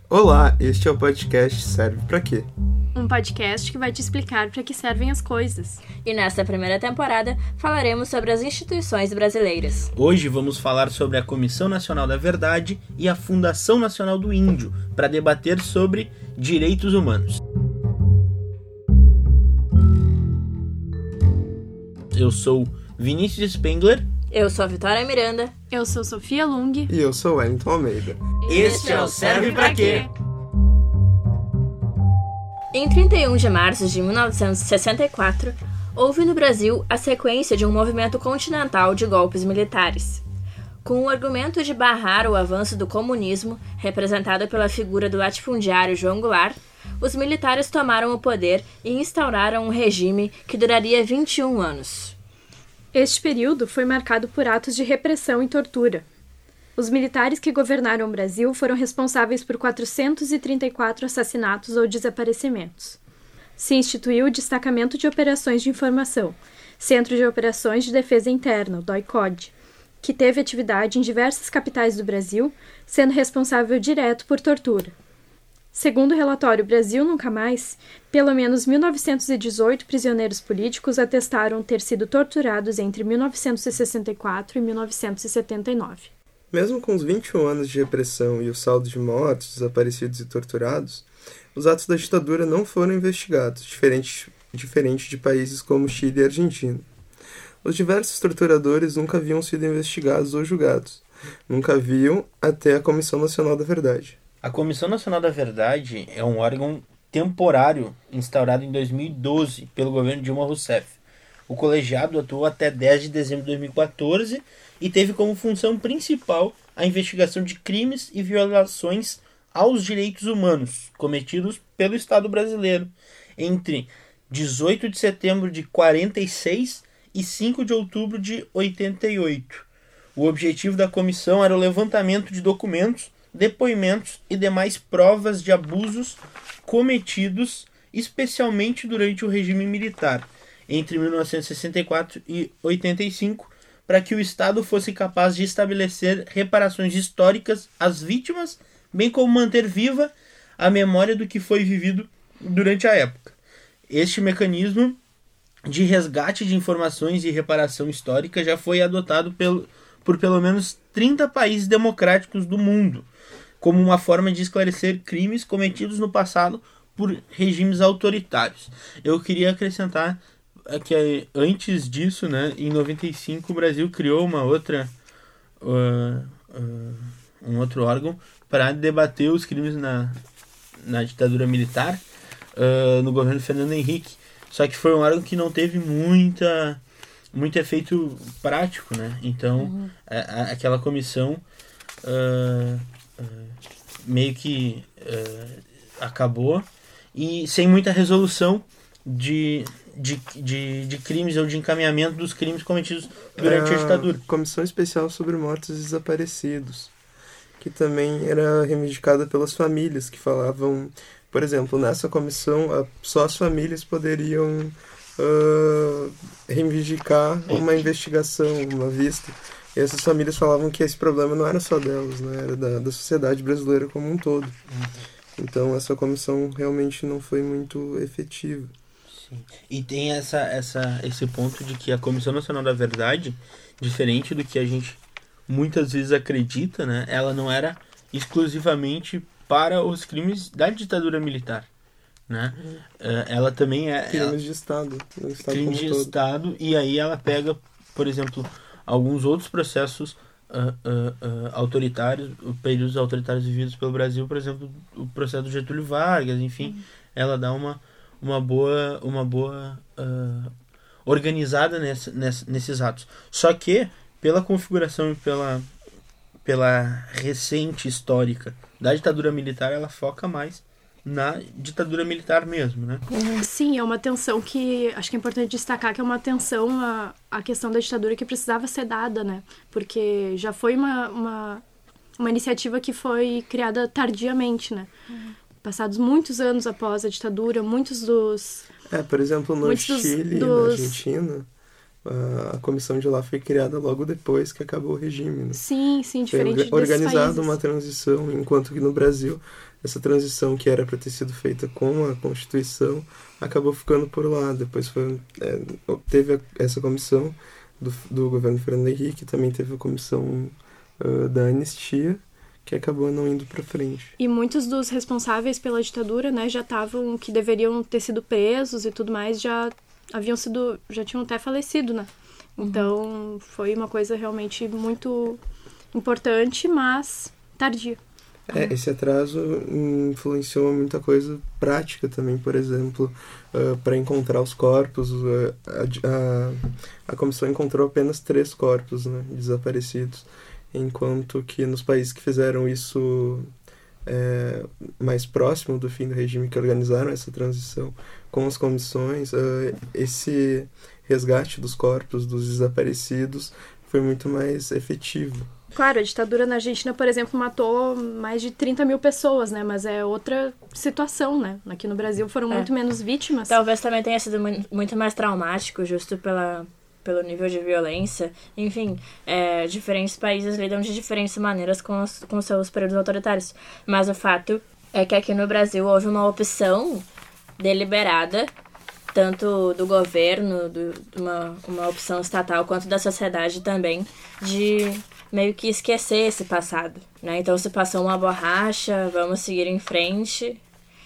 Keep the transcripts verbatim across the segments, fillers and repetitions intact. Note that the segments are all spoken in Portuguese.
Olá, este é o podcast Serve Pra Quê? Um podcast que vai te explicar para que servem as coisas. E nesta primeira temporada falaremos sobre as instituições brasileiras. Hoje vamos falar sobre a Comissão Nacional da Verdade e a Fundação Nacional do Índio, para debater sobre direitos humanos. Eu sou Vinícius Spengler. Eu sou a Vitória Miranda. Eu sou Sofia Lung. E eu sou Wellington Almeida. Este é o Serve Pra Quê? Em trinta e um de março de mil novecentos e sessenta e quatro, houve no Brasil a sequência de um movimento continental de golpes militares. Com o argumento de barrar o avanço do comunismo, representado pela figura do latifundiário João Goulart, os militares tomaram o poder e instauraram um regime que duraria vinte e um anos. Este período foi marcado por atos de repressão e tortura. Os militares que governaram o Brasil foram responsáveis por quatrocentos e trinta e quatro assassinatos ou desaparecimentos. Se instituiu o Destacamento de Operações de Informação, Centro de Operações de Defesa Interna, o D O I C O D, que teve atividade em diversas capitais do Brasil, sendo responsável direto por tortura. Segundo o relatório Brasil Nunca Mais, pelo menos mil novecentos e dezoito prisioneiros políticos atestaram ter sido torturados entre mil novecentos e sessenta e quatro e mil novecentos e setenta e nove. Mesmo com os vinte e um anos de repressão e o saldo de mortos, desaparecidos e torturados, os atos da ditadura não foram investigados, diferente, diferente de países como Chile e Argentina. Os diversos torturadores nunca haviam sido investigados ou julgados, nunca haviam até a Comissão Nacional da Verdade. A Comissão Nacional da Verdade é um órgão temporário instaurado em dois mil e doze pelo governo Dilma Rousseff. O colegiado atuou até dez de dezembro de dois mil e quatorze e teve como função principal a investigação de crimes e violações aos direitos humanos cometidos pelo Estado brasileiro entre dezoito de setembro de quarenta e seis e cinco de outubro de oitenta e oito. O objetivo da comissão era o levantamento de documentos, depoimentos e demais provas de abusos cometidos especialmente durante o regime militar entre mil novecentos e sessenta e quatro e oitenta e cinco, para que o Estado fosse capaz de estabelecer reparações históricas às vítimas, bem como manter viva a memória do que foi vivido durante a época. Este mecanismo de resgate de informações e reparação histórica já foi adotado pelo, por pelo menos trinta países democráticos do mundo, como uma forma de esclarecer crimes cometidos no passado por regimes autoritários. Eu queria acrescentar que antes disso, né, em noventa e cinco, o Brasil criou uma outra, uh, uh, um outro órgão para debater os crimes na, na ditadura militar, uh, no governo Fernando Henrique. Só que foi um órgão que não teve muita, muito efeito prático, né? Então, uhum. a, a, aquela comissão uh, uh, meio que uh, acabou e sem muita resolução de, de, de, de crimes ou de encaminhamento dos crimes cometidos durante a, a ditadura. Comissão Especial sobre Mortos e Desaparecidos, que também era reivindicada pelas famílias, que falavam, por exemplo, nessa comissão só as famílias poderiam uh, reivindicar uma investigação, uma vista. E essas famílias falavam que esse problema não era só delas, né? Era da, da sociedade brasileira como um todo. Uhum. Então essa comissão realmente não foi muito efetiva. Sim. E tem essa, essa, esse ponto de que a Comissão Nacional da Verdade, diferente do que a gente muitas vezes acredita, né, ela não era exclusivamente para os crimes da ditadura militar, né? Uhum. Ela também é... Crimes ela, de Estado. Estado crimes de todo. Estado, e aí ela pega, por exemplo, alguns outros processos uh, uh, uh, autoritários, períodos autoritários vividos pelo Brasil, por exemplo, o processo do Getúlio Vargas, enfim, uhum. ela dá uma uma boa, uma boa uh, organizada nesse, nesse, nesses atos. Só que, pela configuração e pela, pela recente histórica da ditadura militar, ela foca mais na ditadura militar mesmo, né? Sim, é uma tensão que, acho que é importante destacar que é uma tensão a, a questão da ditadura que precisava ser dada, né? Porque já foi uma, uma, uma iniciativa que foi criada tardiamente, né? Uhum. Passados muitos anos após a ditadura, muitos dos... É, por exemplo, no Chile e na Argentina, a comissão de lá foi criada logo depois que acabou o regime, né? Sim, sim, diferente foi organizada desses uma transição, enquanto que no Brasil essa transição que era para ter sido feita com a Constituição acabou ficando por lá. Depois foi, é, teve essa comissão do, do governo Fernando Henrique, também teve a comissão uh, da anistia, que acabou não indo para frente. E muitos dos responsáveis pela ditadura, né, já estavam, que deveriam ter sido presos e tudo mais, já haviam sido, já tinham até falecido, né? Então, uhum. foi uma coisa realmente muito importante, mas tardia. É, esse atraso influenciou muita coisa prática também, por exemplo, uh, para encontrar os corpos, uh, a, a, a comissão encontrou apenas três corpos, né, desaparecidos, enquanto que nos países que fizeram isso é, mais próximo do fim do regime, que organizaram essa transição com as comissões, uh, esse resgate dos corpos dos desaparecidos foi muito mais efetivo. Claro, a ditadura na Argentina, por exemplo, matou mais de trinta mil pessoas, né? Mas é outra situação, né? Aqui no Brasil foram é. muito menos vítimas. Talvez também tenha sido muito mais traumático, justo pela, pelo nível de violência. Enfim, é, diferentes países lidam de diferentes maneiras com os, com seus períodos autoritários. Mas o fato é que aqui no Brasil houve uma opção deliberada, tanto do governo, do, uma, uma opção estatal, quanto da sociedade também, de meio que esquecer esse passado, né? Então, se passou uma borracha, vamos seguir em frente.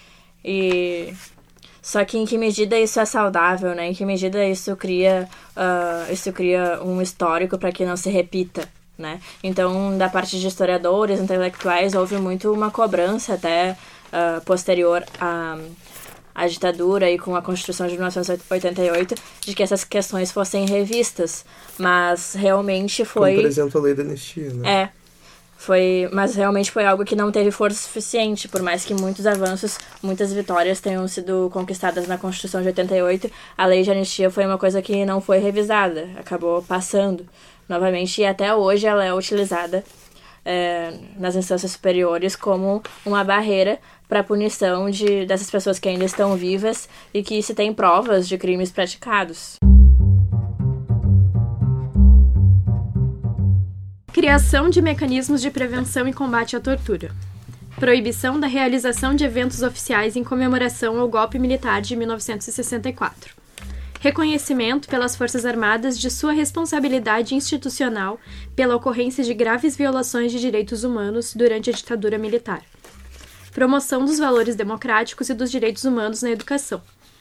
E só que em que medida isso é saudável, né? Em que medida isso cria, uh, isso cria um histórico para que não se repita, né? Então, da parte de historiadores, intelectuais, houve muito uma cobrança até uh, posterior a a ditadura e com a Constituição de mil novecentos e oitenta e oito, de que essas questões fossem revistas, mas realmente foi... Como, por exemplo, a lei da anistia, né? É, foi, mas realmente foi algo que não teve força suficiente, por mais que muitos avanços, muitas vitórias tenham sido conquistadas na Constituição de oitenta e oito, a lei de anistia foi uma coisa que não foi revisada, acabou passando novamente, e até hoje ela é utilizada é, nas instâncias superiores como uma barreira para a punição de, dessas pessoas que ainda estão vivas e que se tem provas de crimes praticados. Criação de mecanismos de prevenção e combate à tortura. Proibição da realização de eventos oficiais em comemoração ao golpe militar de mil novecentos e sessenta e quatro. Reconhecimento pelas Forças Armadas de sua responsabilidade institucional pela ocorrência de graves violações de direitos humanos durante a ditadura militar. Promoção dos valores democráticos e dos direitos humanos na educação.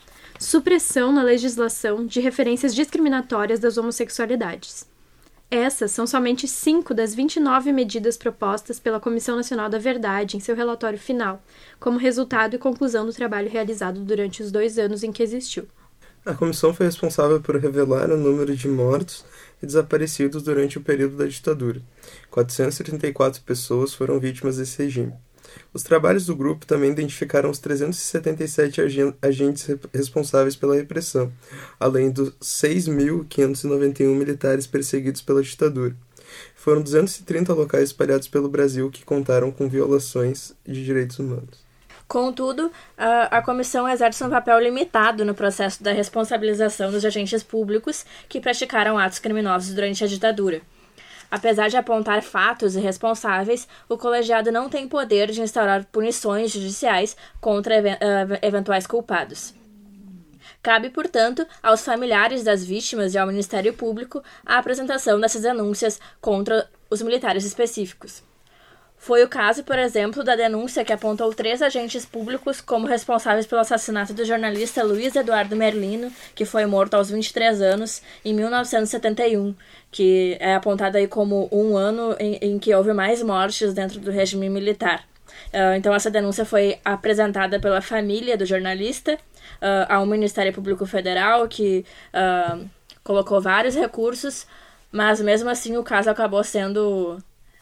Supressão na legislação de referências discriminatórias das homossexualidades. Essas são somente cinco das vinte e nove medidas propostas pela Comissão Nacional da Verdade em seu relatório final, como resultado e conclusão do trabalho realizado durante os dois anos em que existiu. A comissão foi responsável por revelar o número de mortos e desaparecidos durante o período da ditadura. quatrocentas e trinta e quatro pessoas foram vítimas desse regime. Os trabalhos do grupo também identificaram os trezentos e setenta e sete agentes responsáveis pela repressão, além dos seis mil quinhentos e noventa e um militares perseguidos pela ditadura. Foram duzentos e trinta locais espalhados pelo Brasil que contaram com violações de direitos humanos. Contudo, a, a comissão exerce um papel limitado no processo da responsabilização dos agentes públicos que praticaram atos criminosos durante a ditadura. Apesar de apontar fatos e responsáveis, o colegiado não tem poder de instaurar punições judiciais contra ev- eventuais culpados. Cabe, portanto, aos familiares das vítimas e ao Ministério Público a apresentação dessas denúncias contra os militares específicos. Foi o caso, por exemplo, da denúncia que apontou três agentes públicos como responsáveis pelo assassinato do jornalista Luiz Eduardo Merlino, que foi morto aos vinte e três anos, em mil novecentos e setenta e um, que é apontado aí como um ano em, em que houve mais mortes dentro do regime militar. Uh, então, essa denúncia foi apresentada pela família do jornalista uh, ao Ministério Público Federal, que uh, colocou vários recursos, mas mesmo assim o caso acabou sendo...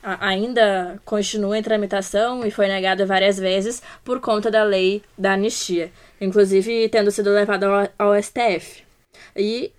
ainda continua em tramitação e foi negado várias vezes por conta da lei da anistia, inclusive tendo sido levado ao, ao S T F. E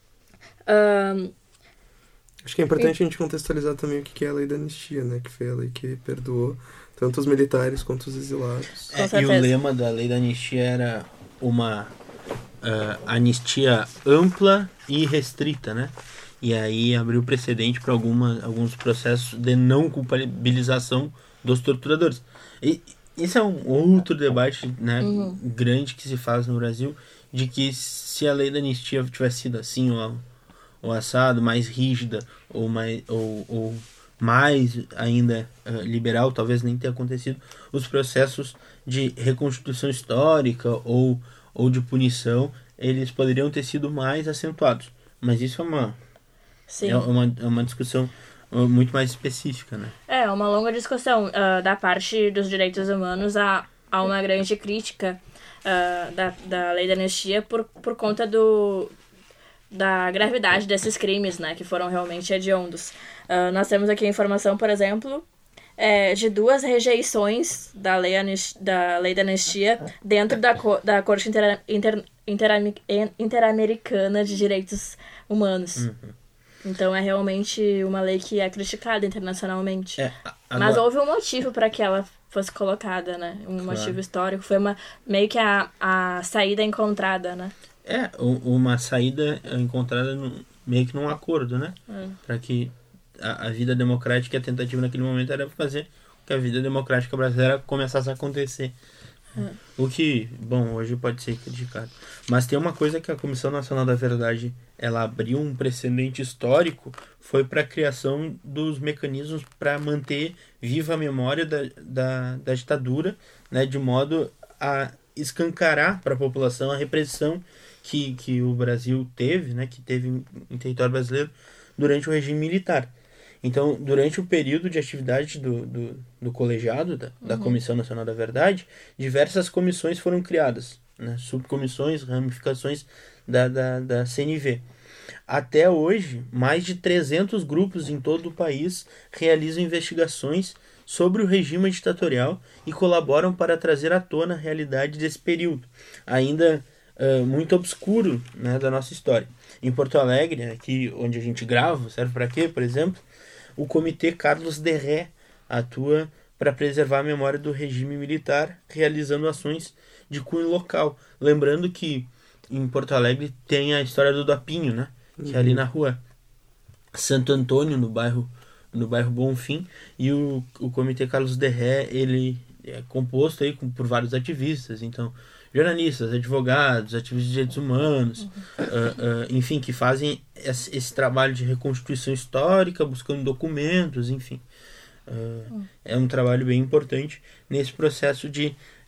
um, acho que é importante e... a gente contextualizar também o que é a lei da anistia, né? Que foi a lei que perdoou tanto os militares quanto os exilados. É, e o lema da lei da anistia era uma uh, anistia ampla e restrita, né? E aí abriu precedente para alguns processos de não culpabilização dos torturadores. E esse é um outro debate, né, uhum. grande que se faz no Brasil, de que se a lei da anistia tivesse sido assim, ou, ou assado, mais rígida, ou mais, ou, ou mais ainda uh, liberal, talvez nem tenha acontecido, os processos de reconstituição histórica ou, ou de punição, eles poderiam ter sido mais acentuados. Mas isso é uma, Sim. é uma, é uma discussão muito mais específica, né? É, uma longa discussão uh, da parte dos direitos humanos a, a uma grande crítica uh, da, da lei da anistia por, por conta do, da gravidade desses crimes, né, que foram realmente hediondos. Uh, nós temos aqui a informação, por exemplo, é, de duas rejeições da lei, anistia, da lei da anistia dentro da, da Corte Inter, Inter, Inter, Interamericana de Direitos Humanos. Uhum. Então é realmente uma lei que é criticada internacionalmente. É, agora... Mas houve um motivo para que ela fosse colocada, né? Um claro. motivo histórico. Foi uma, meio que a, a saída encontrada, né? É, uma saída encontrada no, meio que num acordo, né? É. Para que a, a vida democrática, a tentativa naquele momento era fazer que a vida democrática brasileira começasse a acontecer. É. O que, bom, hoje pode ser criticado. Mas tem uma coisa que a Comissão Nacional da Verdade ela abriu um precedente histórico, foi para a criação dos mecanismos para manter viva a memória da, da, da ditadura, né, de modo a escancarar para a população a repressão que, que o Brasil teve, né, que teve em, em território brasileiro durante o regime militar. Então, durante o período de atividade do, do, do colegiado, da, uhum. da Comissão Nacional da Verdade, diversas comissões foram criadas, né? Subcomissões, ramificações da, da, da C N V. Até hoje, mais de trezentos grupos em todo o país realizam investigações sobre o regime ditatorial e colaboram para trazer à tona a realidade desse período, ainda uh, muito obscuro, né, da nossa história. Em Porto Alegre, aqui onde a gente grava, serve para quê, por exemplo? O Comitê Carlos Derré atua para preservar a memória do regime militar, realizando ações de cunho local. Lembrando que em Porto Alegre tem a história do Dopinho, né? Que uhum. é ali na rua Santo Antônio, no bairro, no bairro Bonfim. E o, o Comitê Carlos Derré, ele é composto aí com, por vários ativistas. Então, jornalistas, advogados, ativistas de direitos humanos, uhum. uh, uh, enfim, que fazem esse, esse trabalho de reconstituição histórica, buscando documentos, enfim. Uh, uhum. É um trabalho bem importante nesse processo de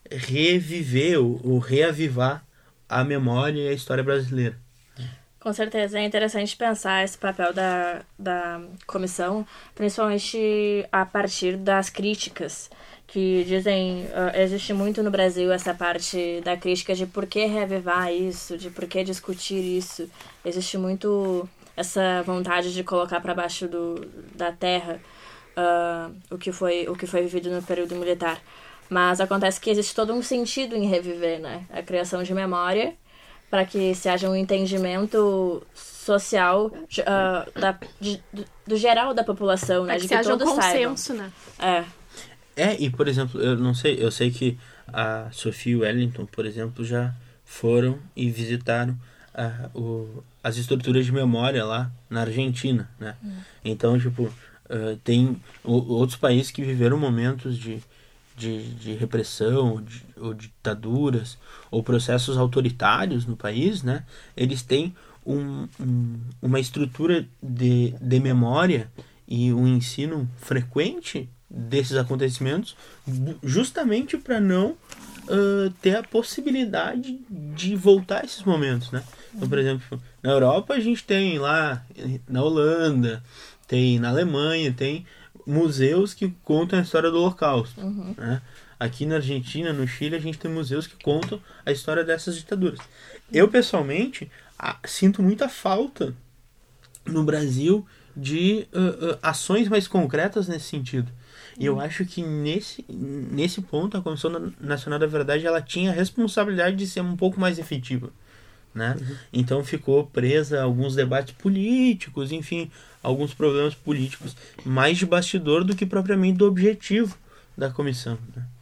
reviver ou, ou reavivar a memória e a história brasileira. Com certeza, é interessante pensar esse papel da, da comissão, principalmente a partir das críticas que dizem, uh, existe muito no Brasil essa parte da crítica de por que reavivar isso, de por que discutir isso. Existe muito essa vontade de colocar para baixo do, da terra uh, o, que foi, o que foi vivido no período militar. Mas acontece que existe todo um sentido em reviver, né? A criação de memória para que se haja um entendimento social uh, da, de, do, do geral da população, né? Para que de se que haja um todos consenso, saibam. né? É. É, e por exemplo, eu não sei, eu sei que a Sophie Wellington, por exemplo, já foram e visitaram a, o, as estruturas de memória lá na Argentina, né? Hum. Então, tipo, uh, tem o, outros países que viveram momentos de, de, de repressão, ou, de, ou ditaduras, ou processos autoritários no país, né? Eles têm um, um, uma estrutura de, de memória e um ensino frequente desses acontecimentos, justamente para não uh, ter a possibilidade de voltar a esses momentos, né? Então, por exemplo, na Europa a gente tem lá, na Holanda, tem na Alemanha, tem museus que contam a história do Holocausto, uhum. né? Aqui na Argentina, no Chile, a gente tem museus que contam a história dessas ditaduras. Eu, pessoalmente, a, sinto muita falta no Brasil de uh, uh, ações mais concretas nesse sentido. E eu acho que nesse, nesse ponto a Comissão Nacional da Verdade ela tinha a responsabilidade de ser um pouco mais efetiva, né? Uhum. Então ficou presa a alguns debates políticos, enfim, alguns problemas políticos mais de bastidor do que propriamente do objetivo da comissão, né?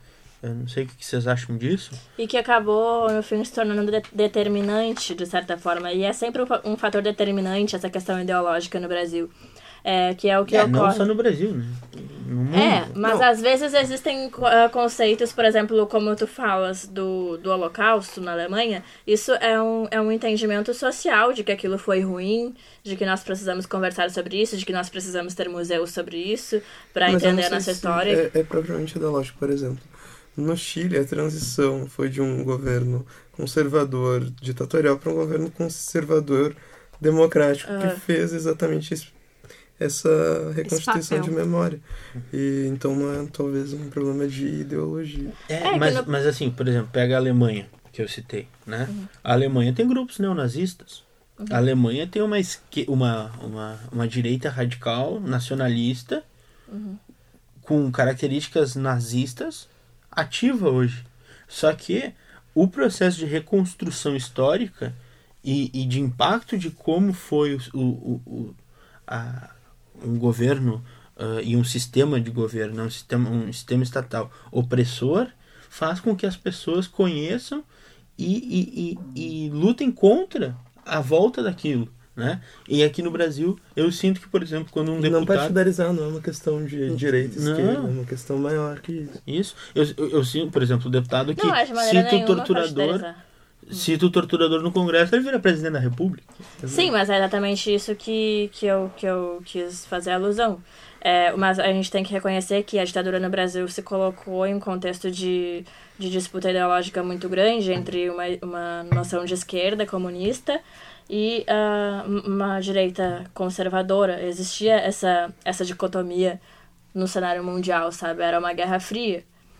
Eu não sei o que vocês acham disso. E que acabou, no fim, se tornando de- determinante, de certa forma. E é sempre um, fa- um fator determinante essa questão ideológica no Brasil. É, que é o que É, ocorre. não só no Brasil, né? No mundo. É, mas Não. às vezes existem uh, conceitos, por exemplo, como tu falas do, do Holocausto na Alemanha, isso é um, é um entendimento social de que aquilo foi ruim, de que nós precisamos conversar sobre isso, de que nós precisamos ter museus sobre isso para Mas eu não entender a sei nossa se história. É, é propriamente ideológico, por exemplo. No Chile, a transição foi de um governo conservador, ditatorial, para um governo conservador, democrático, Aham. que fez exatamente isso, essa reconstituição papel. de memória. E então não é talvez um problema de ideologia. É, É, que mas, no- mas assim, por exemplo, pega a Alemanha, que eu citei, né? Uhum. A Alemanha tem grupos neonazistas. A Alemanha tem uma, esque... uma, uma, uma direita radical, nacionalista, Uhum. com características nazistas, ativa hoje. Só que o processo de reconstrução histórica e, e de impacto de como foi o, o, o, a, um governo uh, e um sistema de governo, um sistema, um sistema estatal opressor, faz com que as pessoas conheçam e, e, e, e lutem contra a volta daquilo, né? E aqui no Brasil, eu sinto que, por exemplo, quando um Não deputado... partidarizar não é uma questão de direita e Não. esquerda, é uma questão maior que isso. Isso, eu, eu, eu sinto, por exemplo, o deputado que Não, é de maneira cita o nenhuma torturador, partidarizar. cita o torturador no Congresso, ele vira presidente da República. Sim, mas é exatamente isso que, que, eu, que eu quis fazer alusão. É, mas a gente tem que reconhecer que a ditadura no Brasil se colocou em um contexto de, de disputa ideológica muito grande entre uma, uma noção de esquerda comunista e uh, uma direita conservadora. Existia essa, essa dicotomia no cenário mundial, sabe? Era uma guerra fria.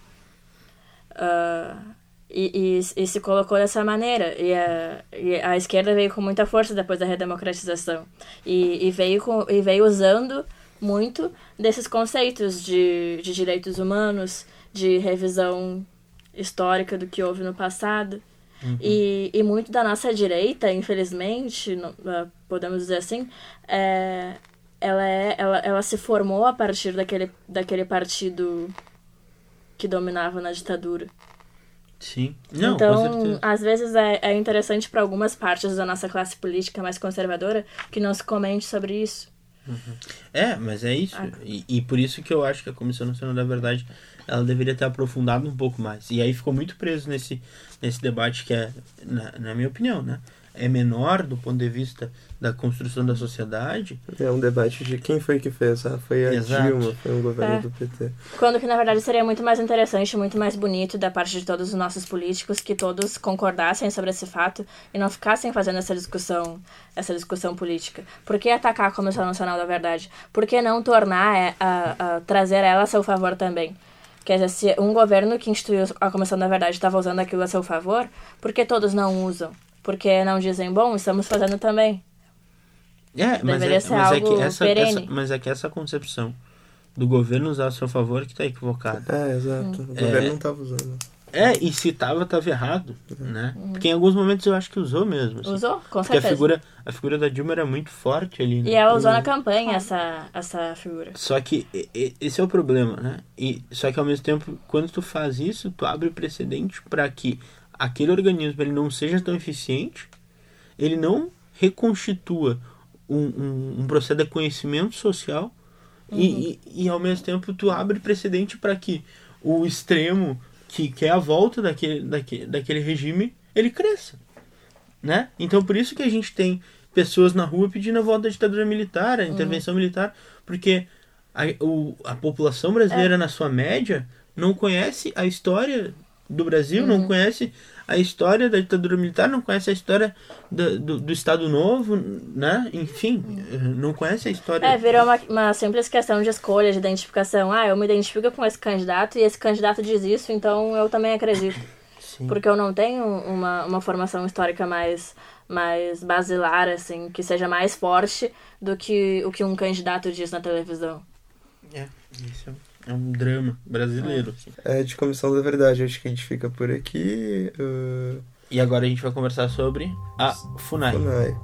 Uh, e, e, e se colocou dessa maneira. E a, e a esquerda veio com muita força depois da redemocratização. E, e, veio, com, e veio usando muito desses conceitos de, de direitos humanos, de revisão histórica do que houve no passado. Uhum. E, e muito da nossa direita, infelizmente, no, uh, podemos dizer assim, é, ela, é, ela, ela se formou a partir daquele, daquele partido que dominava na ditadura. Sim. Não, então, com certeza. às vezes é, é interessante para algumas partes da nossa classe política mais conservadora que não se comente sobre isso. Uhum. É, mas é isso. Ah. E, e por isso que eu acho que a Comissão Nacional da Verdade ela deveria ter aprofundado um pouco mais. E aí ficou muito preso nesse, nesse debate que é, na, na minha opinião, né? É menor do ponto de vista da construção da sociedade. É um debate de quem foi que fez. Ah, foi a Exato. Dilma, foi um governo É. do P T. Quando que, na verdade, seria muito mais interessante, muito mais bonito da parte de todos os nossos políticos que todos concordassem sobre esse fato e não ficassem fazendo essa discussão, essa discussão política. Por que atacar a Comissão Nacional da Verdade? Por que não tornar, é, a, a, trazer ela a seu favor também? Quer dizer, se um governo que instituiu a Comissão da Verdade estava usando aquilo a seu favor, por que todos não usam? Porque não dizem, bom, estamos fazendo também. É, mas Deveria é, ser mas é algo que essa, perene. essa, mas é que essa concepção do governo usar a seu favor que está equivocada. É, exato. O governo não estava usando. É, e se tava, estava errado, né? Porque em alguns momentos eu acho que usou mesmo. Assim. Usou, com Porque certeza. a figura, a figura da Dilma era muito forte ali, né? E ela usou na campanha essa, essa figura. Só que e- e- esse é o problema, né? E, só que ao mesmo tempo, quando tu faz isso, tu abre precedente para que aquele organismo ele não seja tão eficiente, ele não reconstitua um, um, um processo de conhecimento social e, e, e ao mesmo tempo tu abre precedente para que o extremo que quer a volta daquele, daquele, daquele regime, ele cresça, né? Então por isso que a gente tem pessoas na rua pedindo a volta da ditadura militar, a intervenção militar, porque a, o, a população brasileira, na sua média, não conhece a história do Brasil, não conhece a história da ditadura militar, não conhece a história do, do, do Estado Novo, né? Enfim, não conhece a história... É, virou uma, uma simples questão de escolha, de identificação. Ah, eu me identifico com esse candidato e esse candidato diz isso, então eu também acredito. Sim. Porque eu não tenho uma, uma formação histórica mais, mais basilar, assim, que seja mais forte do que o que um candidato diz na televisão. É, isso é um drama brasileiro. Assim. É, de Comissão da Verdade, acho que a gente fica por aqui. Uh, E agora a gente vai conversar sobre a FUNAI. FUNAI.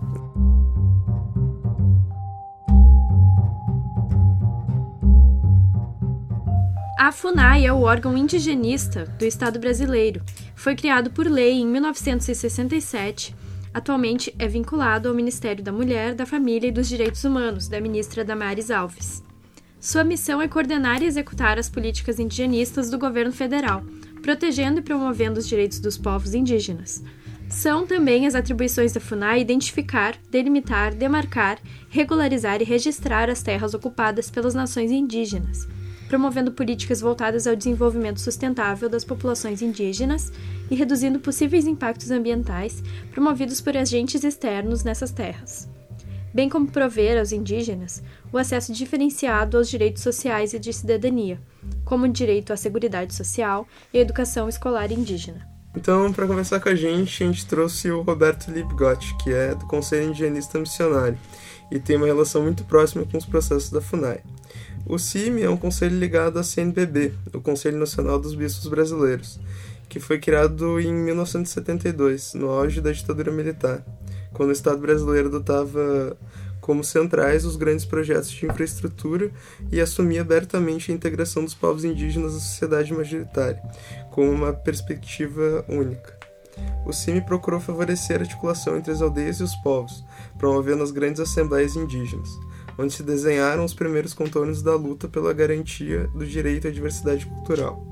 A A FUNAI é o órgão indigenista do Estado brasileiro. Foi criado por lei em mil novecentos e sessenta e sete. Atualmente é vinculado ao Ministério da Mulher, da Família e dos Direitos Humanos, da ministra Damares Alves. Sua missão é coordenar e executar as políticas indigenistas do governo federal, protegendo e promovendo os direitos dos povos indígenas. São também as atribuições da FUNAI identificar, delimitar, demarcar, regularizar e registrar as terras ocupadas pelas nações indígenas, promovendo políticas voltadas ao desenvolvimento sustentável das populações indígenas e reduzindo possíveis impactos ambientais promovidos por agentes externos nessas terras, bem como prover aos indígenas o acesso diferenciado aos direitos sociais e de cidadania, como o direito à seguridade social e à educação escolar indígena. Então, para conversar com a gente, a gente trouxe o Roberto Lipgott, que é do Conselho Indigenista Missionário e tem uma relação muito próxima com os processos da FUNAI. O C I M é um conselho ligado à C N B B, o Conselho Nacional dos Bispos Brasileiros, que foi criado em mil novecentos e setenta e dois, no auge da ditadura militar, quando o Estado brasileiro adotava como centrais os grandes projetos de infraestrutura e assumia abertamente a integração dos povos indígenas à sociedade majoritária, com uma perspectiva única. O C I M procurou favorecer a articulação entre as aldeias e os povos, promovendo as grandes assembleias indígenas, onde se desenharam os primeiros contornos da luta pela garantia do direito à diversidade cultural.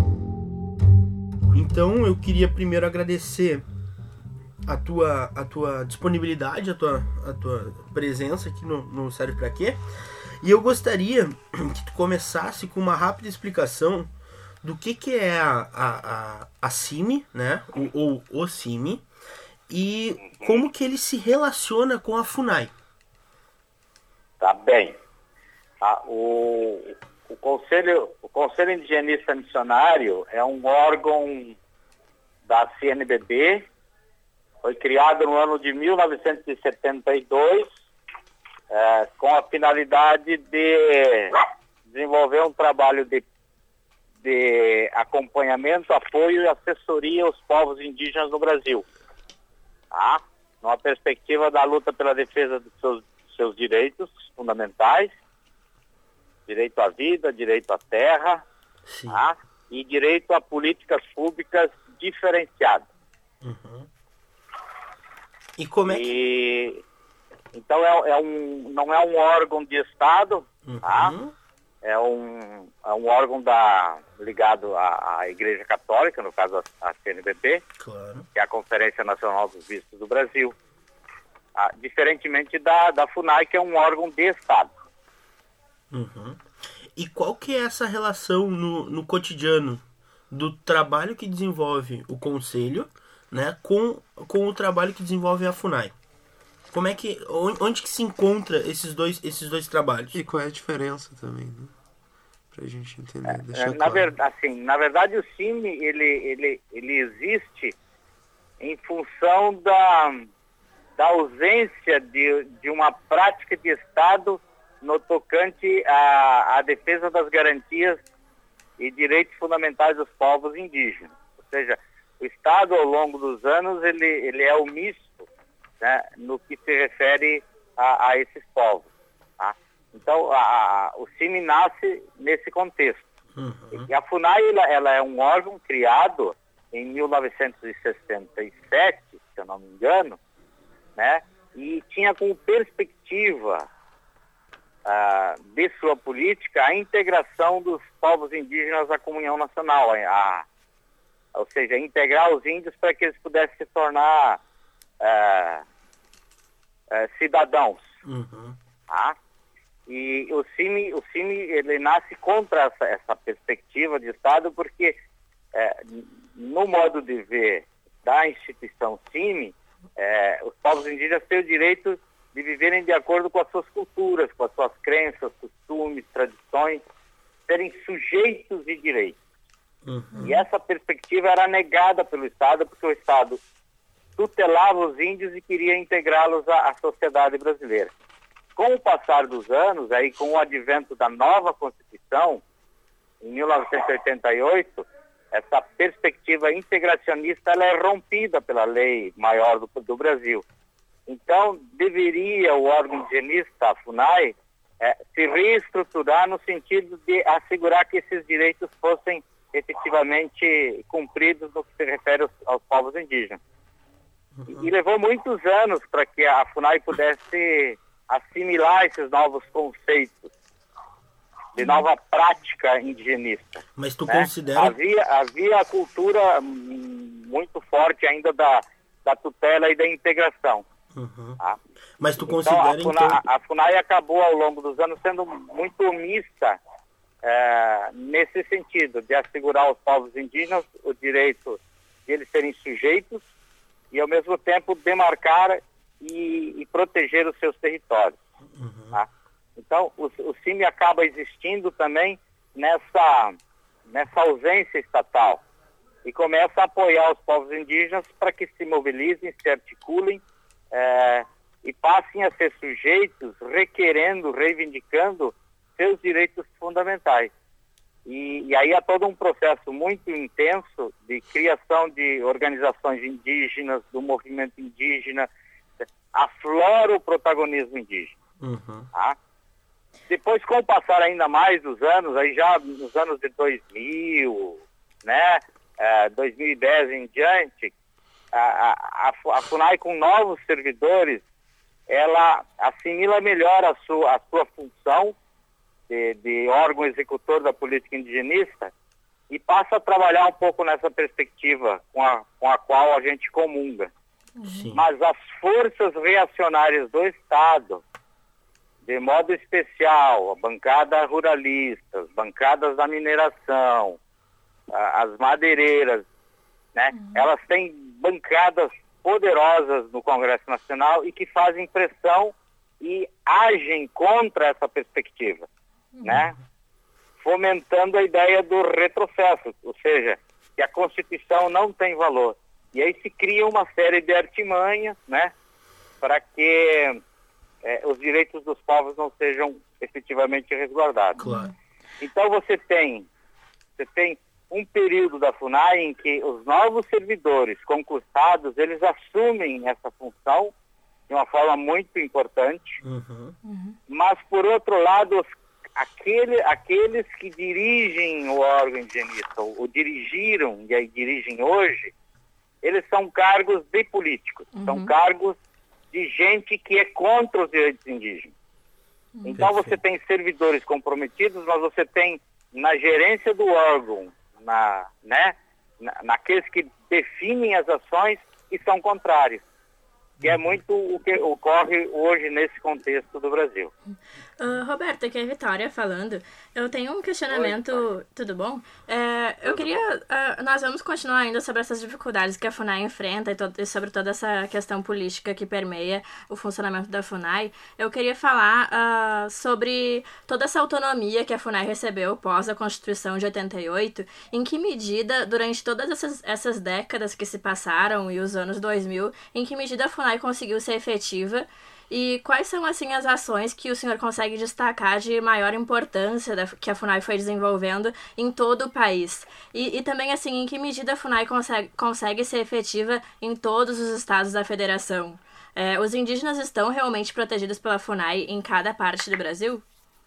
Então, eu queria primeiro agradecer a tua, a tua disponibilidade, a tua, a tua presença aqui no, no Serve Pra Quê? E eu gostaria que tu começasse com uma rápida explicação do que, que é a, a, a, a C I M, né? O, ou o C I M, e como que ele se relaciona com a FUNAI. Tá bem. Ah, o, o, Conselho, o Conselho Indigenista Missionário é um órgão da C N B B, foi criado no ano de mil novecentos e setenta e dois, é, com a finalidade de desenvolver um trabalho de, de acompanhamento, apoio e assessoria aos povos indígenas no Brasil. Tá? Numa perspectiva da luta pela defesa dos seus seus direitos fundamentais, direito à vida, direito à terra, tá? E direito a políticas públicas diferenciadas. Uhum. E como é que... E, então é, é um, não é um órgão de Estado, uhum. tá? É um, é um órgão da, ligado à, à Igreja Católica, no caso a, a C N B B, claro. Que é a Conferência Nacional dos Bispos do Brasil. Ah, diferentemente da, da FUNAI, que é um órgão de Estado. Uhum. E qual que é essa relação no, no cotidiano do trabalho que desenvolve o Conselho, né, com, com o trabalho que desenvolve a FUNAI? Como é que, onde que se encontra esses dois, esses dois trabalhos? E qual é a diferença também, né? Pra gente entender. É, deixar na, claro. ver, assim, na verdade, o C I M ele, ele, ele existe em função da... da ausência de, de uma prática de Estado no tocante à, à defesa das garantias e direitos fundamentais dos povos indígenas. Ou seja, o Estado, ao longo dos anos, ele, ele é omisso, né, no que se refere a, a esses povos. Tá? Então, a, a, o C I M nasce nesse contexto. Uhum. E a FUNAI ela, ela é um órgão criado em mil novecentos e sessenta e sete, se eu não me engano, né? E tinha como perspectiva uh, de sua política a integração dos povos indígenas à comunhão nacional, a, a, ou seja, integrar os índios para que eles pudessem se tornar uh, uh, cidadãos. Uhum. Tá? E o C I M, o C I M ele nasce contra essa, essa perspectiva de Estado porque uh, no modo de ver da instituição C I M, É, os povos indígenas têm o direito de viverem de acordo com as suas culturas, com as suas crenças, costumes, tradições, serem sujeitos de direitos. Uhum. E essa perspectiva era negada pelo Estado, porque o Estado tutelava os índios e queria integrá-los à, à sociedade brasileira. Com o passar dos anos, aí, com o advento da nova Constituição, em mil novecentos e oitenta e oito, essa perspectiva integracionista ela é rompida pela lei maior do, do Brasil. Então, deveria o órgão indigenista, a FUNAI, é, se reestruturar no sentido de assegurar que esses direitos fossem efetivamente cumpridos no que se refere aos, aos povos indígenas. Uhum. E, e levou muitos anos para que a FUNAI pudesse assimilar esses novos conceitos de nova prática indigenista. Mas tu né? considera... Havia, havia a cultura muito forte ainda da, da tutela e da integração. Uhum. Tá? Mas tu Então, considera, a FUNAI, então... a FUNAI acabou ao longo dos anos sendo muito omissa é, nesse sentido, de assegurar aos povos indígenas o direito de eles serem sujeitos e, ao mesmo tempo, demarcar e, e proteger os seus territórios. Uhum. Tá? Então, o, o C I M acaba existindo também nessa, nessa ausência estatal e começa a apoiar os povos indígenas para que se mobilizem, se articulem é, e passem a ser sujeitos, requerendo, reivindicando seus direitos fundamentais. E, e aí há todo um processo muito intenso de criação de organizações indígenas, do movimento indígena, aflora o protagonismo indígena. Uhum. Tá? Depois, com o passar ainda mais dos anos, aí já nos anos de dois mil, né, é, dois mil e dez em diante, a, a, a FUNAI com novos servidores, ela assimila melhor a sua, a sua função de, de órgão executor da política indigenista e passa a trabalhar um pouco nessa perspectiva com a, com a qual a gente comunga. Sim. Mas as forças reacionárias do Estado, de modo especial, a bancada ruralista, as bancadas da mineração, a, as madeireiras, né? Uhum. Elas têm bancadas poderosas no Congresso Nacional e que fazem pressão e agem contra essa perspectiva, uhum. né? Fomentando a ideia do retrocesso, ou seja, que a Constituição não tem valor. E aí se cria uma série de artimanhas, né? Para que É, os direitos dos povos não sejam efetivamente resguardados. Claro. Então você tem, você tem um período da FUNAI em que os novos servidores concursados, eles assumem essa função de uma forma muito importante, uhum. Uhum. Mas por outro lado, os, aquele, aqueles que dirigem o órgão indigenista, ou, ou dirigiram e aí dirigem hoje, eles são cargos de políticos, uhum. são cargos de gente que é contra os direitos indígenas. Então Perfeito. Você tem servidores comprometidos, mas você tem na gerência do órgão, na, né, na, naqueles que definem as ações e são contrários. Que é muito o que ocorre hoje nesse contexto do Brasil. Uh, Roberto, aqui é a Vitória falando. Eu tenho um questionamento, Oi, tudo bom? É, eu queria, uh, nós vamos continuar ainda sobre essas dificuldades que a FUNAI enfrenta e, to- e sobre toda essa questão política que permeia o funcionamento da FUNAI. Eu queria falar uh, sobre toda essa autonomia que a FUNAI recebeu pós a Constituição de oitenta e oito, em que medida, durante todas essas, essas décadas que se passaram e os anos dois mil, em que medida a FUNAI conseguiu ser efetiva e quais são, assim, as ações que o senhor consegue destacar de maior importância da, que a FUNAI foi desenvolvendo em todo o país? E, e também, assim, em que medida a FUNAI consegue, consegue ser efetiva em todos os estados da federação? É, os indígenas estão realmente protegidos pela FUNAI em cada parte do Brasil?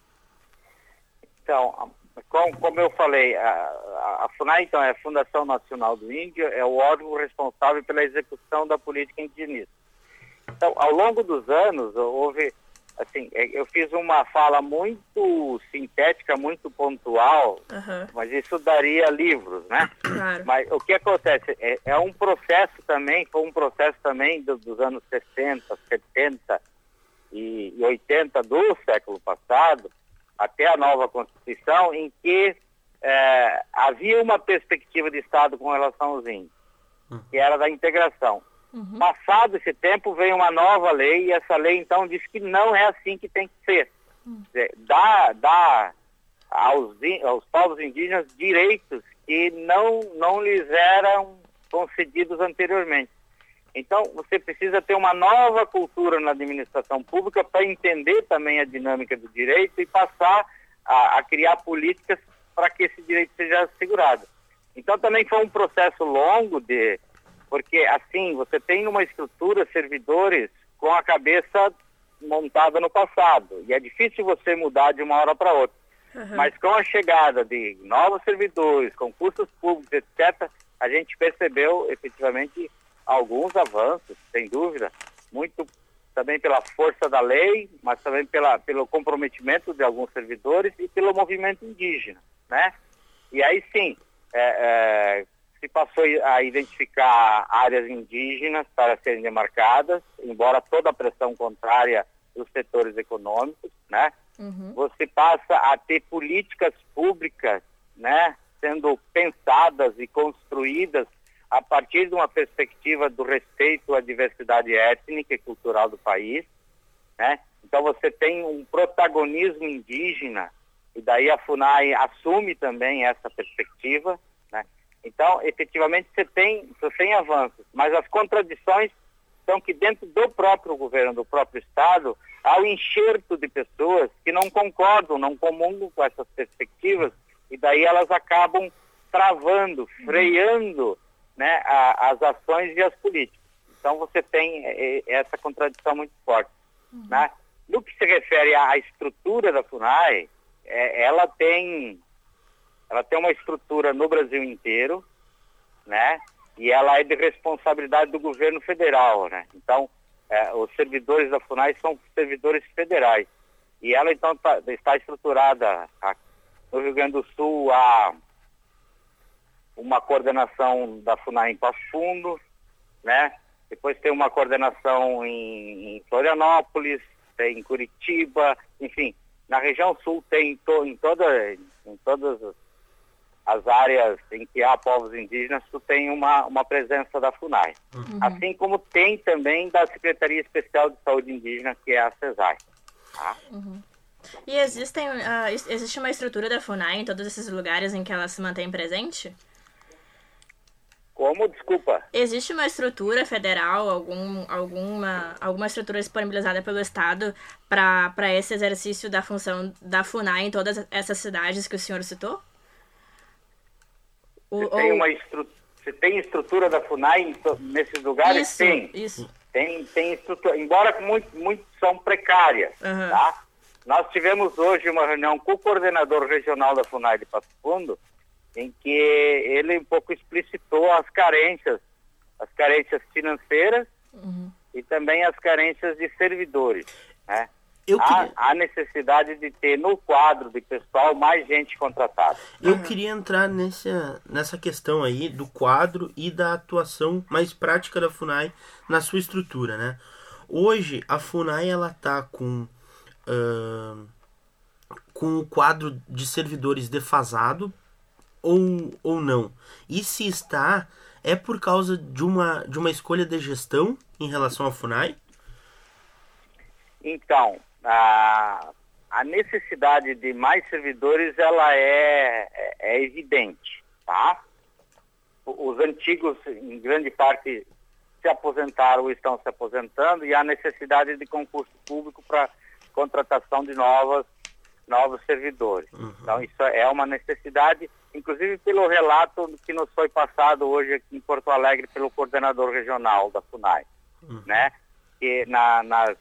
Então, como, como eu falei, a, a FUNAI, então, é a Fundação Nacional do Índio, é o órgão responsável pela execução da política indigenista. Então, ao longo dos anos, houve, assim, eu fiz uma fala muito sintética, muito pontual, uhum. mas isso daria livros, né? Claro. Mas o que acontece? É, é um processo também, foi um processo também do, dos anos sessenta, setenta e, e oitenta do século passado, até a nova Constituição, em que é, havia uma perspectiva de Estado com relação aos índios, que era da integração. Uhum. Passado esse tempo, veio uma nova lei, e essa lei, então, diz que não é assim que tem que ser. Uhum. Dá, dá aos, aos povos indígenas direitos que não, não lhes eram concedidos anteriormente. Então, você precisa ter uma nova cultura na administração pública para entender também a dinâmica do direito e passar a, a criar políticas para que esse direito seja assegurado. Então, também foi um processo longo de... Porque, assim, você tem numa estrutura servidores com a cabeça montada no passado. E é difícil você mudar de uma hora para outra. Uhum. Mas com a chegada de novos servidores, concursos públicos, etcétera, a gente percebeu efetivamente alguns avanços, sem dúvida, muito também pela força da lei, mas também pela, pelo comprometimento de alguns servidores e pelo movimento indígena, né? E aí sim, é, é, se passou a identificar áreas indígenas para serem demarcadas, embora toda a pressão contrária dos setores econômicos, né? Uhum. Você passa a ter políticas públicas, né, sendo pensadas e construídas a partir de uma perspectiva do respeito à diversidade étnica e cultural do país, né? Então você tem um protagonismo indígena, e daí a FUNAI assume também essa perspectiva, né? Então, efetivamente, você tem, você tem avanços, mas as contradições são que dentro do próprio governo, do próprio Estado, há um enxerto de pessoas que não concordam, não comungam com essas perspectivas, e daí elas acabam travando, freando, né, a, as ações e as políticas. Então você tem e, essa contradição muito forte. Uhum. Né? No que se refere à estrutura da FUNAI, é, ela tem ela tem uma estrutura no Brasil inteiro, né? E ela é de responsabilidade do governo federal, né? Então, é, os servidores da FUNAI são servidores federais. E ela, então, tá, está estruturada a, no Rio Grande do Sul, há uma coordenação da FUNAI em Passo Fundo, né? Depois tem uma coordenação em, em Florianópolis, tem em Curitiba, enfim, na região sul tem to, em, toda, em todas as áreas em que há povos indígenas, tu tem uma, uma presença da FUNAI. Uhum. Assim como tem também da Secretaria Especial de Saúde Indígena, que é a CESAI. Tá? Uhum. E existem, uh, existe uma estrutura da FUNAI em todos esses lugares em que ela se mantém presente? Como? Desculpa. Existe uma estrutura federal, algum, alguma, alguma estrutura disponibilizada pelo Estado para esse exercício da função da FUNAI em todas essas cidades que o senhor citou? Você, o, tem, ou... uma estru... Você tem estrutura da FUNAI em to... nesses lugares? Isso, tem. Isso. Tem, tem estrutura, embora muitos muito são precárias. Uhum. Tá? Nós tivemos hoje uma reunião com o coordenador regional da FUNAI de Passo Fundo, em que ele um pouco explicitou as carências, as carências financeiras uhum. e também as carências de servidores, né? Eu queria... há, há necessidade de ter no quadro de pessoal mais gente contratada. Eu uhum. queria entrar nessa, nessa questão aí do quadro e da atuação mais prática da FUNAI na sua estrutura, né? Hoje a FUNAI ela tá com uh, com o quadro de servidores defasado ou, ou não? E se está, é por causa de uma, de uma escolha de gestão em relação à FUNAI? Então, a, a necessidade de mais servidores, ela é, é, é evidente, tá? Os antigos, em grande parte, se aposentaram ou estão se aposentando, e há necessidade de concurso público para contratação de novas, novos servidores. Uhum. Então, isso é uma necessidade, inclusive pelo relato que nos foi passado hoje aqui em Porto Alegre pelo coordenador regional da FUNAI, uhum. né? Que na, nas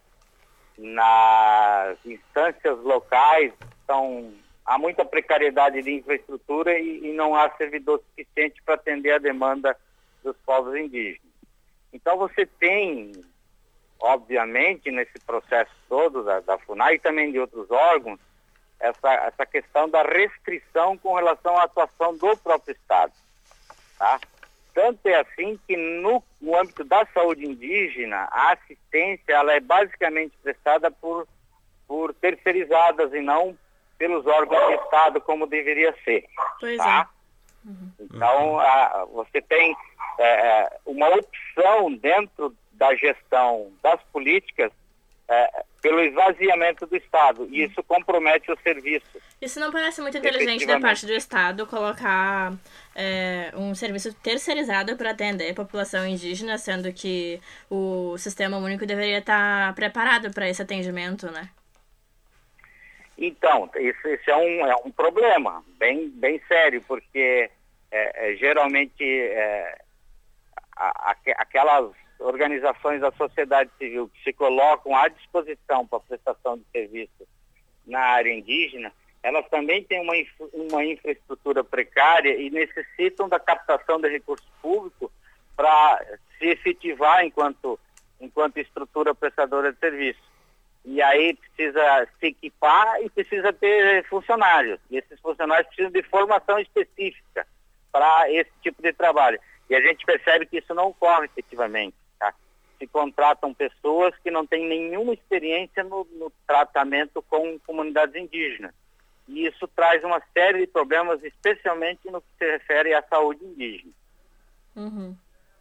nas instâncias locais são, há muita precariedade de infraestrutura e, e não há servidor suficiente para atender a demanda dos povos indígenas. Então você tem, obviamente, nesse processo todo da, da FUNAI e também de outros órgãos, essa, essa questão da restrição com relação à atuação do próprio Estado. Tá? Tanto é assim que no, no âmbito da saúde indígena, a assistência ela é basicamente prestada por, por terceirizadas e não pelos órgãos do Estado como deveria ser. Pois tá? é. Uhum. Então, a, você tem é, uma opção dentro da gestão das políticas é, pelo esvaziamento do Estado, e isso compromete o serviço. Isso não parece muito inteligente da parte do Estado colocar é, um serviço terceirizado para atender a população indígena, sendo que o Sistema Único deveria estar preparado para esse atendimento, né? Então, isso, isso é, um, é um problema bem, bem sério, porque é, é, geralmente é, a, a, aquelas organizações da sociedade civil que se colocam à disposição para a prestação de serviço na área indígena, elas também têm uma, uma infraestrutura precária e necessitam da captação de recursos públicos para se efetivar enquanto, enquanto estrutura prestadora de serviço. E aí precisa se equipar e precisa ter funcionários. E esses funcionários precisam de formação específica para esse tipo de trabalho. E a gente percebe que isso não ocorre efetivamente. Tá? Se contratam pessoas que não têm nenhuma experiência no, no tratamento com comunidades indígenas. E isso traz uma série de problemas, especialmente no que se refere à saúde indígena. Uhum.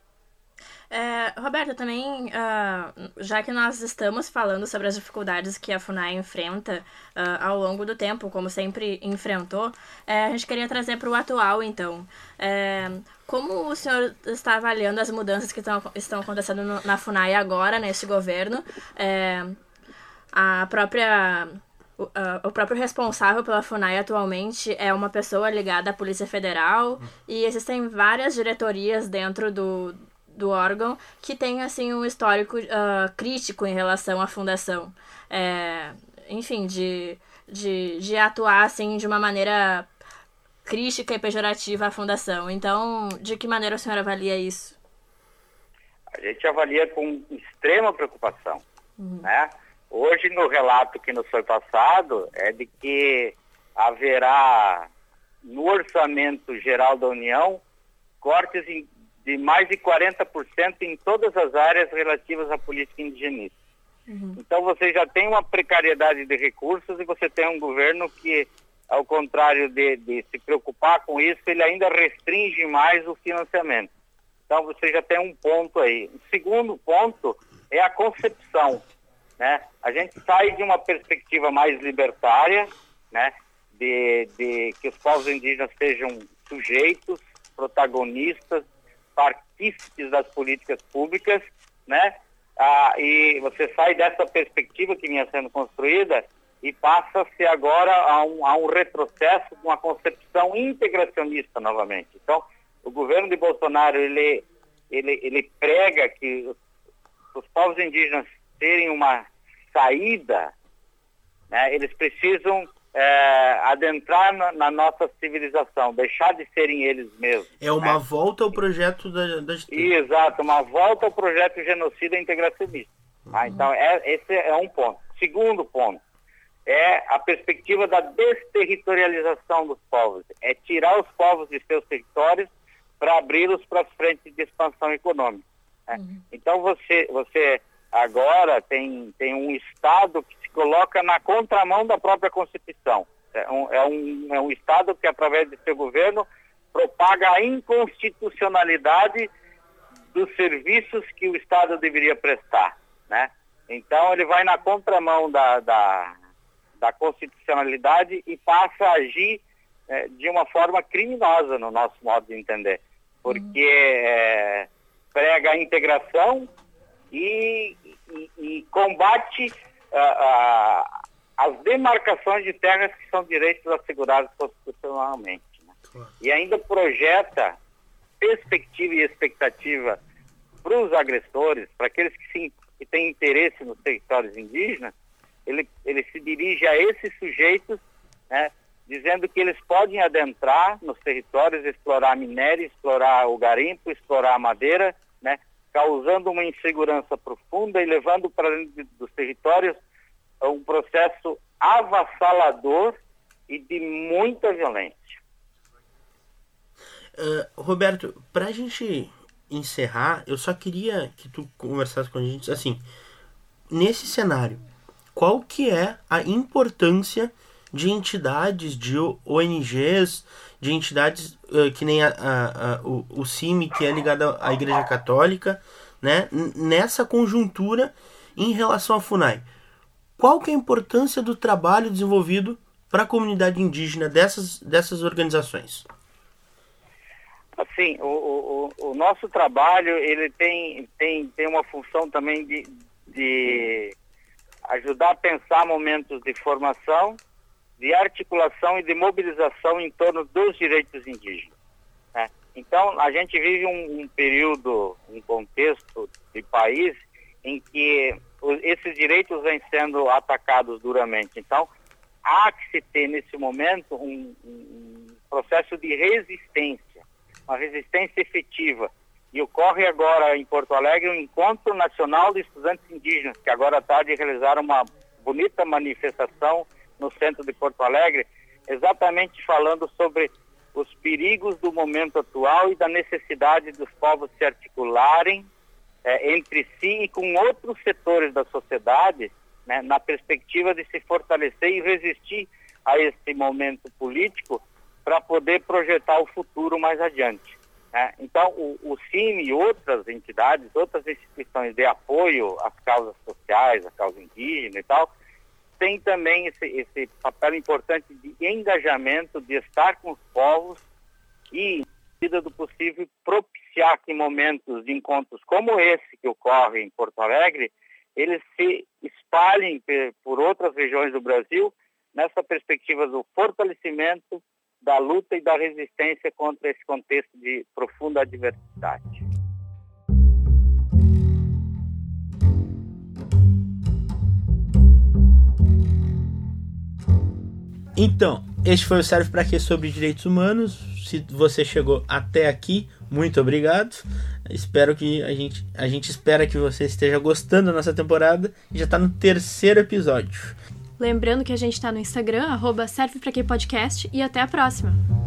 É, Roberto, também, uh, já que nós estamos falando sobre as dificuldades que a FUNAI enfrenta uh, ao longo do tempo, como sempre enfrentou, é, a gente queria trazer para o atual, então. É, como o senhor está avaliando as mudanças que tão, estão acontecendo no, na FUNAI agora, neste governo? É, a própria... O, uh, o próprio responsável pela FUNAI atualmente é uma pessoa ligada à Polícia Federal e existem várias diretorias dentro do, do órgão que têm assim, um histórico uh, crítico em relação à fundação. É, enfim, de, de, de atuar assim, de uma maneira crítica e pejorativa à fundação. Então, de que maneira o senhor avalia isso? A gente avalia com extrema preocupação, Uhum. né? Hoje, no relato que nos foi passado, é de que haverá, no orçamento geral da União, cortes de mais de quarenta por cento em todas as áreas relativas à política indigenista. Uhum. Então, você já tem uma precariedade de recursos e você tem um governo que, ao contrário de, de se preocupar com isso, ele ainda restringe mais o financiamento. Então, você já tem um ponto aí. O segundo ponto é a concepção. Né? A gente sai de uma perspectiva mais libertária, né? de, de que os povos indígenas sejam sujeitos, protagonistas, partícipes das políticas públicas, né? Ah, e você sai dessa perspectiva que vinha sendo construída e passa-se agora a um, a um retrocesso, uma concepção integracionista novamente. Então, o governo de Bolsonaro, ele, ele, ele prega que os, os povos indígenas terem uma saída, né, eles precisam é, adentrar na, na nossa civilização, deixar de serem eles mesmos. É uma né? volta ao projeto da... da... Exato, uma volta ao projeto genocida integracionista. Uhum. Ah, então, é, esse é um ponto. Segundo ponto, é a perspectiva da desterritorialização dos povos. É tirar os povos de seus territórios para abri-los para as frentes de expansão econômica. Né? Uhum. Então, você... você agora tem, tem um Estado que se coloca na contramão da própria Constituição. É um, é um, é um Estado que, através de seu governo, propaga a inconstitucionalidade dos serviços que o Estado deveria prestar. Né? Então, ele vai na contramão da, da, da constitucionalidade e passa a agir é, de uma forma criminosa, no nosso modo de entender. Porque é, prega a integração E, e, e combate uh, uh, as demarcações de terras que são direitos assegurados constitucionalmente. Né? Claro. E ainda projeta perspectiva e expectativa para os agressores, para aqueles que, sim, que têm interesse nos territórios indígenas, ele, ele se dirige a esses sujeitos, né, dizendo que eles podem adentrar nos territórios, explorar minério, explorar o garimpo, explorar a madeira, né, causando uma insegurança profunda e levando para dentro dos territórios um processo avassalador e de muita violência. Uh, Roberto, para a gente encerrar, eu só queria que tu conversasse com a gente, assim, nesse cenário, qual que é a importância de entidades, de O N Gs, de entidades uh, que nem a, a, a, o, o C I M I, que é ligado à Igreja Católica, né, nessa conjuntura em relação à FUNAI. Qual que é a importância do trabalho desenvolvido para a comunidade indígena dessas, dessas organizações? Assim, o, o, o nosso trabalho ele tem, tem, tem uma função também de, de ajudar a pensar momentos de formação, de articulação e de mobilização em torno dos direitos indígenas. Né? Então, a gente vive um, um período, um contexto de país em que os, esses direitos vêm sendo atacados duramente. Então, há que se ter, nesse momento, um, um processo de resistência, uma resistência efetiva. E ocorre agora em Porto Alegre um Encontro Nacional de Estudantes Indígenas, que agora à tarde realizaram uma bonita manifestação no centro de Porto Alegre, exatamente falando sobre os perigos do momento atual e da necessidade dos povos se articularem é, entre si e com outros setores da sociedade, né, na perspectiva de se fortalecer e resistir a esse momento político para poder projetar o futuro mais adiante. Né? Então, o, o C I M e outras entidades, outras instituições de apoio às causas sociais, à causa indígena e tal, tem também esse, esse papel importante de engajamento, de estar com os povos e, na medida do possível, propiciar que momentos de encontros como esse que ocorre em Porto Alegre, eles se espalhem por outras regiões do Brasil nessa perspectiva do fortalecimento da luta e da resistência contra esse contexto de profunda adversidade. Então, este foi o Serve Pra Quê sobre direitos humanos. Se você chegou até aqui, muito obrigado. Espero que a gente, a gente espera que você esteja gostando da nossa temporada e já está no terceiro episódio. Lembrando que a gente está no Instagram, arroba Serve Pra Quê Podcast, e até a próxima!